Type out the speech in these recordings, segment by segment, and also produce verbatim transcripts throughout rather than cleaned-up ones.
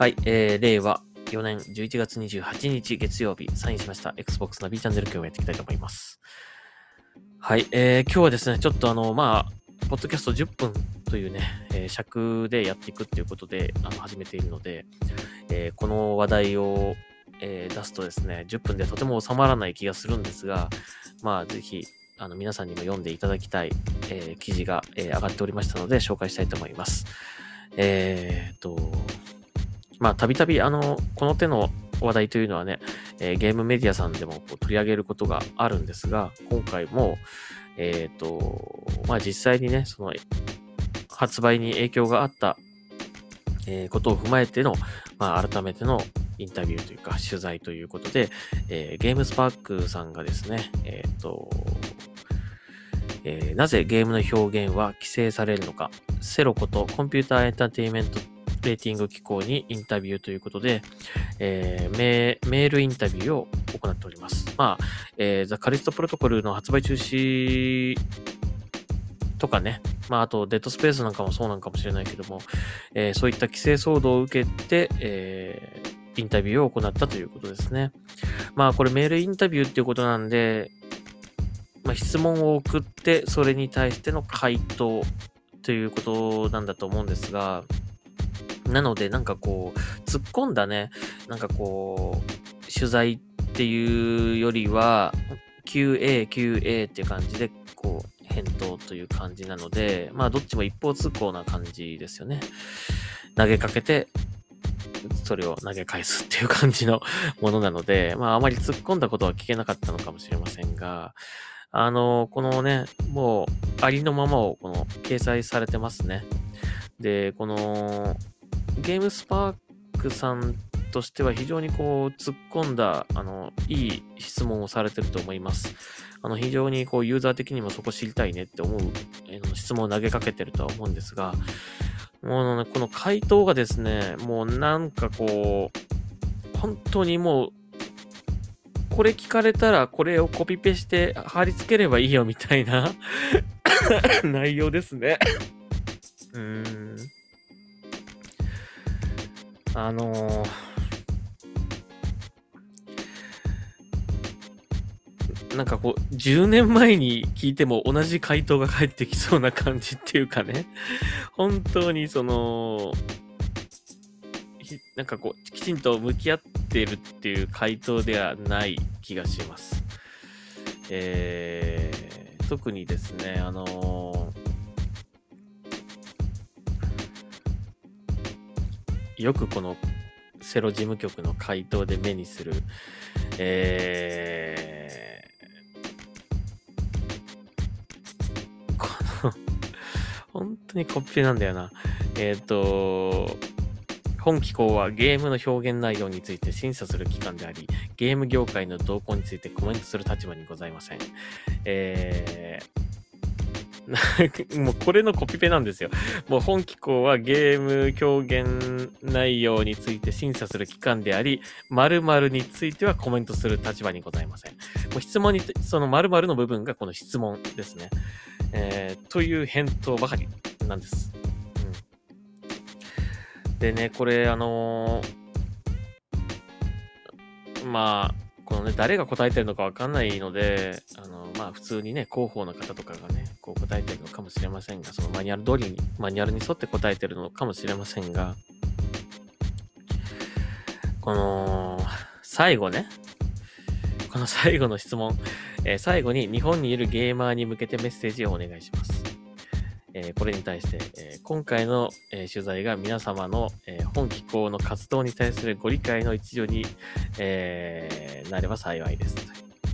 はい、えー、令和よねんじゅういちがつにじゅうはちにち月曜日、サインしました Xbox ナビチャンネル今日もやっていきたいと思います。はい、えー、今日はですね、ちょっとあの、まあ、ポッドキャストじゅっぷんというね、えー、尺でやっていくっていうことで、あの、始めているので、えー、この話題を、えー、出すとですね、じゅっぷんではとても収まらない気がするんですが、まあ、ぜひ、あの、皆さんにも読んでいただきたい、えー、記事が、えー、上がっておりましたので、紹介したいと思います。えーと、まあ、たびたび、あの、この手の話題というのはね、えー、ゲームメディアさんでもこう取り上げることがあるんですが、今回も、えっと、まあ、実際にね、その、発売に影響があった、えー、ことを踏まえての、まあ、改めてのインタビューというか、取材ということで、えー、ゲームスパークさんがですね、えっと、えー、なぜゲームの表現は規制されるのか、セロことコンピューターエンターテインメントレーティング機構にインタビューということで、えー、メ, メールインタビューを行っております。まあ、えー、ザ・カリストプロトコルの発売中止とかね、まあ、あとデッドスペースなんかもそうなんかもしれないけども、えー、そういった規制騒動を受けて、えー、インタビューを行ったということですね。まあ、これメールインタビューっていうことなんで、まあ、質問を送って、それに対しての回答ということなんだと思うんですが、なので、なんかこう、突っ込んだね、なんかこう、取材っていうよりは、キューエー、キューエー っていう感じで、こう、返答という感じなので、まあ、どっちも一方通行な感じですよね。投げかけて、それを投げ返すっていう感じのものなので、まあ、あまり突っ込んだことは聞けなかったのかもしれませんが、あの、このね、もう、ありのままを、この、掲載されてますね。で、この、ゲームスパークさんとしては非常にこう突っ込んだあのいい質問をされてると思います。あの非常にこうユーザー的にもそこ知りたいねって思う、えー、質問を投げかけてるとは思うんですが、もう、ね、この回答がですね、もうなんかこう本当にもうこれ聞かれたらこれをコピペして貼り付ければいいよみたいな内容ですね。うーん。あのー、なんかこう、じゅうねんまえに聞いても同じ回答が返ってきそうな感じっていうかね、本当にその、なんかこう、きちんと向き合ってるっていう回答ではない気がします。えー、特にですね、あのー、よくこのセロ事務局の回答で目にする、えー、この本当にコピペなんだよな。えっと、本機構はゲームの表現内容について審査する機関であり、ゲーム業界の動向についてコメントする立場にございません。えー、もうこれのコピペなんですよ。もう本機構はゲーム表現内容について審査する機関であり、〇〇についてはコメントする立場にございません。もう質問に、その〇〇の部分がこの質問ですね。えー、という返答ばかりなんです。うん、でね、これ、あのー、まあ、このね、誰が答えてるのかわかんないので、あのー、まあ、普通にね、広報の方とかがね、こう答えてるのかもしれませんが、そのマニュアル通りに、マニュアルに沿って答えてるのかもしれませんが、この、最後ね、この最後の質問、えー、最後に日本にいるゲーマーに向けてメッセージをお願いします。えー、これに対して、えー、今回の、えー、取材が皆様の、えー、本機構の活動に対するご理解の一助に、えー、なれば幸いです。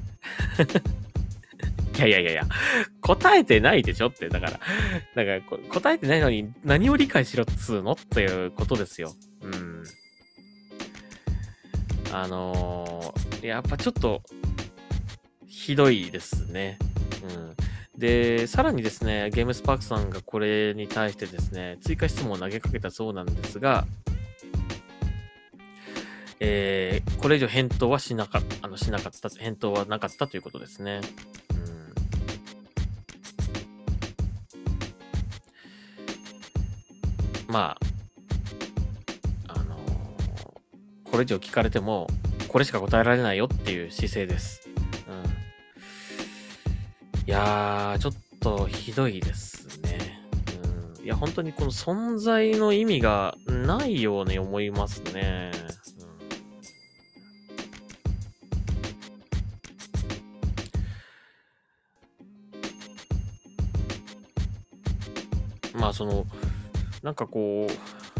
いやいやいやいや、答えてないでしょって、だから、だから答えてないのに何を理解しろっつうのっていうことですよ。うん。あのー、やっぱちょっと、ひどいですね。うん。で、さらにですね、ゲームスパークさんがこれに対してですね、追加質問を投げかけたそうなんですが、えー、これ以上返答はしなかった、あの、しなかった、返答はなかったということですね。うん、まあ、あのこれ以上聞かれても、これしか答えられないよっていう姿勢です。うん。いやー、ちょっとひどいですね。うん。いや、本当にこの存在の意味がないように思いますね。うん、まあ、その、なんかこう、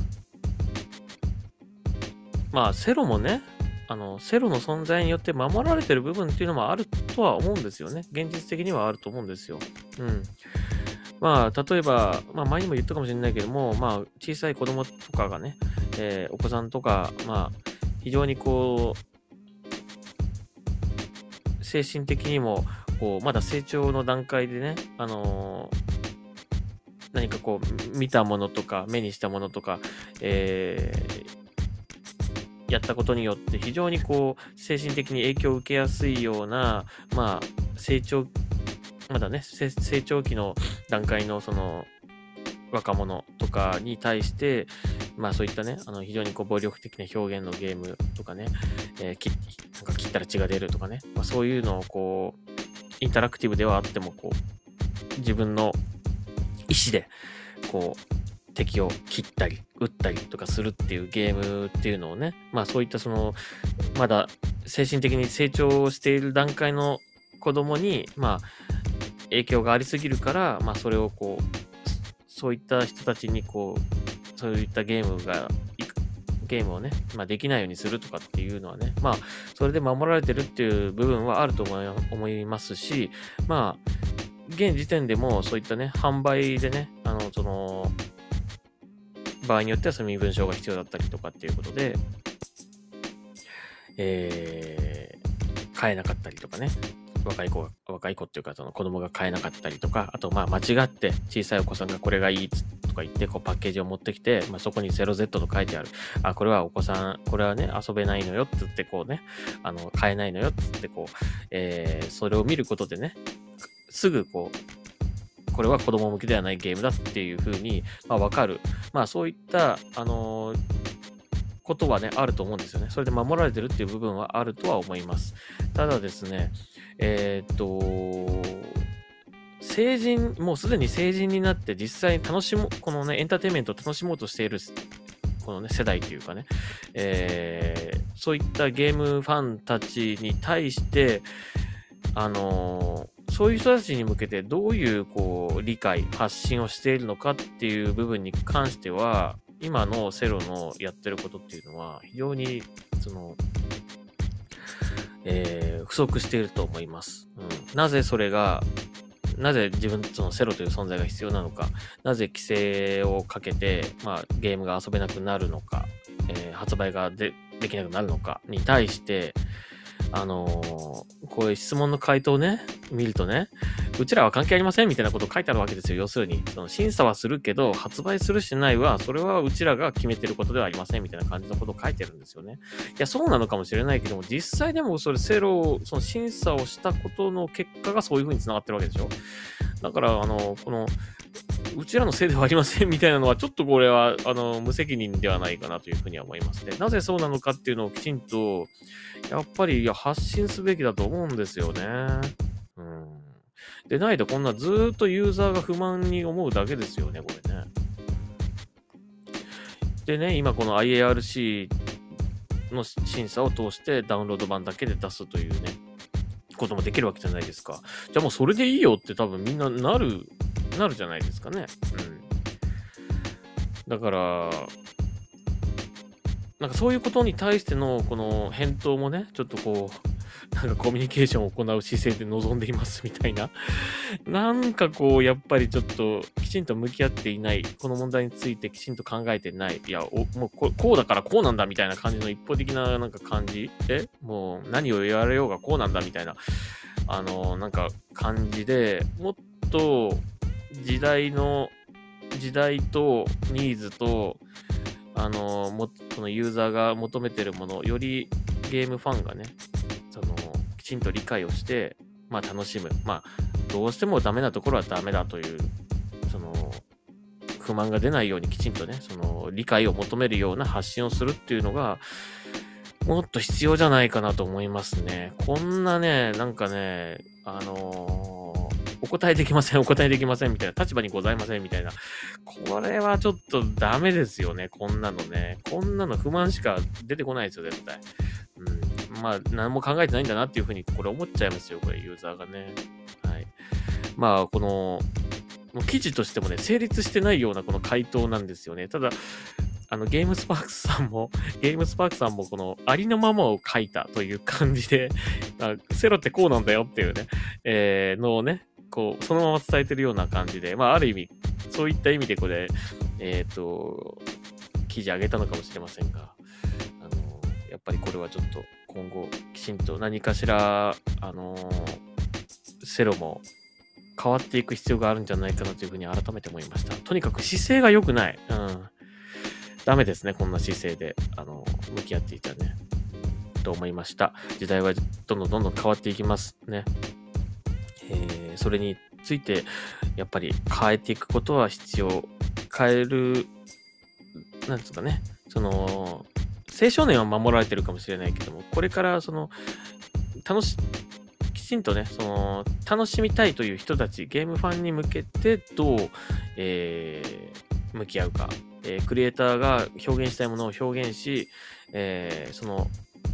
まあ、セロもね、あの、セロの存在によって守られてる部分っていうのもあるとは思うんですよね。現実的にはあると思うんですよ。うん。まあ、例えば、まあ、前にも言ったかもしれないけども、まあ、小さい子供とかがね、えーお子さんとか、まあ、非常にこう、精神的にも、こう、まだ成長の段階でね、あのー何かこう、見たものとか、目にしたものとか、えーやったことによって非常にこう、精神的に影響を受けやすいような、まあ、成長、まだね、せ成長期の段階のその、若者とかに対して、まあそういったね、あの非常にこう暴力的な表現のゲームとかね、えー切なんか切ったら血が出るとかね、まあ、そういうのをこう、インタラクティブではあっても、こう、自分の意思で、こう、敵を切ったり、撃ったりとかするっていうゲームっていうのをね、まあそういったその、まだ精神的に成長している段階の子供に、まあ、影響がありすぎるから、まあそれをこう、そういった人たちにこう、そういったゲームが、ゲームをね、まあできないようにするとかっていうのはね、まあ、それで守られてるっていう部分はあると思い思いますし、まあ、現時点でもそういったね、販売でね、あの、その、場合によってはその身分証が必要だったりとかっていうことで、えー、買えなかったりとかね、若い子が、若い子っていうか、その子供が買えなかったりとか、あと、まあ、間違って小さいお子さんがこれがいいとか言って、こう、パッケージを持ってきて、まあ、そこに ゼロゼット と書いてある。あ、これはお子さん、これはね、遊べないのよって言って、こうね、あの、買えないのよって言って、こう、えー、それを見ることでね、すぐこう、これは子供向けではないゲームだっていう風に、まあ、わかる。まあ、そういった、あのーことはね、あると思うんですよね。それで守られてるっていう部分はあるとは思います。ただですね、えーっと、成人、もうすでに成人になって実際に楽しも、このね、エンターテインメントを楽しもうとしている、このね、世代というかね、えー、そういったゲームファンたちに対して、あのーそういう人たちに向けてどういうこう理解、発信をしているのかっていう部分に関しては、今のセロのやってることっていうのは非常にその、えー不足していると思います。うん、なぜそれが、なぜ自分そのセロという存在が必要なのか、なぜ規制をかけて、まあ、ゲームが遊べなくなるのか、えー発売がでできなくなるのかに対して、あのーこういう質問の回答をね、見るとね、うちらは関係ありませんみたいなこと書いてあるわけですよ。要するに、その審査はするけど、発売するしないは、それはうちらが決めてることではありませんみたいな感じのことを書いてるんですよね。いや、そうなのかもしれないけども、実際でもそれセロ、その審査をしたことの結果がそういう風に繋がってるわけでしょ。だから、あの、この、うちらのせいではありませんみたいなのは、ちょっとこれは、あの、無責任ではないかなというふうには思いますね。なぜそうなのかっていうのをきちんと、やっぱり、いや、発信すべきだと思うんですよね。うん。でないと、こんなずーっとユーザーが不満に思うだけですよね、これね。でね、今この アイエーアールシー の審査を通してダウンロード版だけで出すというね、こともできるわけじゃないですか。じゃあもうそれでいいよって多分みんななる、なるじゃないですかね。うん。だから、なんかそういうことに対してのこの返答もね、ちょっとこう、なんかコミュニケーションを行う姿勢で臨んでいますみたいな。なんかこう、やっぱりちょっときちんと向き合っていない、この問題についてきちんと考えてない、いや、おもうここうだからこうなんだみたいな感じの一方的ななんか感じで、もう何を言われようがこうなんだみたいな、あの、なんか感じで、もっと時代の、時代とニーズと、あの、も、そのユーザーが求めてるもの、よりゲームファンがね、その、きちんと理解をして、まあ楽しむ。まあ、どうしてもダメなところはダメだという、その、不満が出ないようにきちんとね、その、理解を求めるような発信をするっていうのが、 もっと必要じゃないかなと思いますね。こんなね、なんかね、あのーお答えできません、お答えできませんみたいな、立場にございませんみたいな。これはちょっとダメですよね、こんなのね。こんなの不満しか出てこないですよ、絶対。うん。まあ、何も考えてないんだなっていうふうに、これ思っちゃいますよ、これ、ユーザーがね。はい。まあ、この、もう記事としてもね、成立してないようなこの回答なんですよね。ただ、あの、ゲームスパークスさんも、ゲームスパークさんもこのありのままを書いたという感じで、あセロってこうなんだよっていうね、えー、のをね、こう、そのまま伝えてるような感じで、まあ、ある意味、そういった意味でこれ、えっと、記事上げたのかもしれませんが、あの、やっぱりこれはちょっと今後、きちんと何かしら、あの、セロも変わっていく必要があるんじゃないかなというふうに改めて思いました。とにかく姿勢が良くない。うん。ダメですね、こんな姿勢で、あの、向き合っていたね。と思いました。時代はどんどんどんどん変わっていきますね。えー、それについて、やっぱり変えていくことは必要。変える、なんですかね、その、青少年は守られてるかもしれないけども、これからその、楽し、きちんとね、その、楽しみたいという人たち、ゲームファンに向けてどう、えー、向き合うか。えー、クリエイターが表現したいものを表現し、えー、その、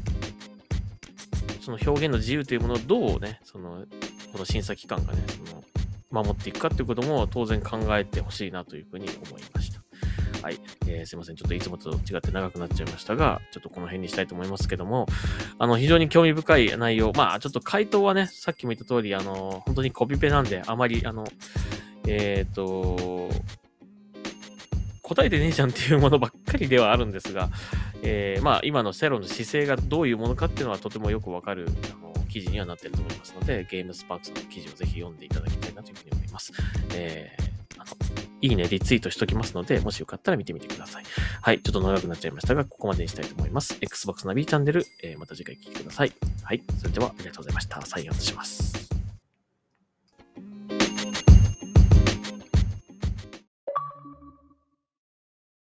その表現の自由というものをどうね、その、この審査機関がね、その、守っていくかということも当然考えてほしいなというふうに思いました。はい、えー。すいません。ちょっといつもと違って長くなっちゃいましたが、ちょっとこの辺にしたいと思いますけども、あの、非常に興味深い内容。まあ、ちょっと回答はね、さっきも言った通り、あの、本当にコピペなんで、あまり、あの、えっと、答えてねえじゃんっていうものばっかりではあるんですが、えー、まあ、今のセロの姿勢がどういうものかっていうのはとてもよくわかる、あの、記事にはなっていると思いますので、ゲームスパークさんの記事をぜひ読んでいただきたいなというふうに思います。えー、あの、いいね、リツイートしときますので、もしよかったら見てみてください。はい、ちょっと長くなっちゃいましたが、ここまでにしたいと思います。Xbox ナビチャンネル、えー、また次回聞いてください。はい、それではありがとうございました。サインアウトします。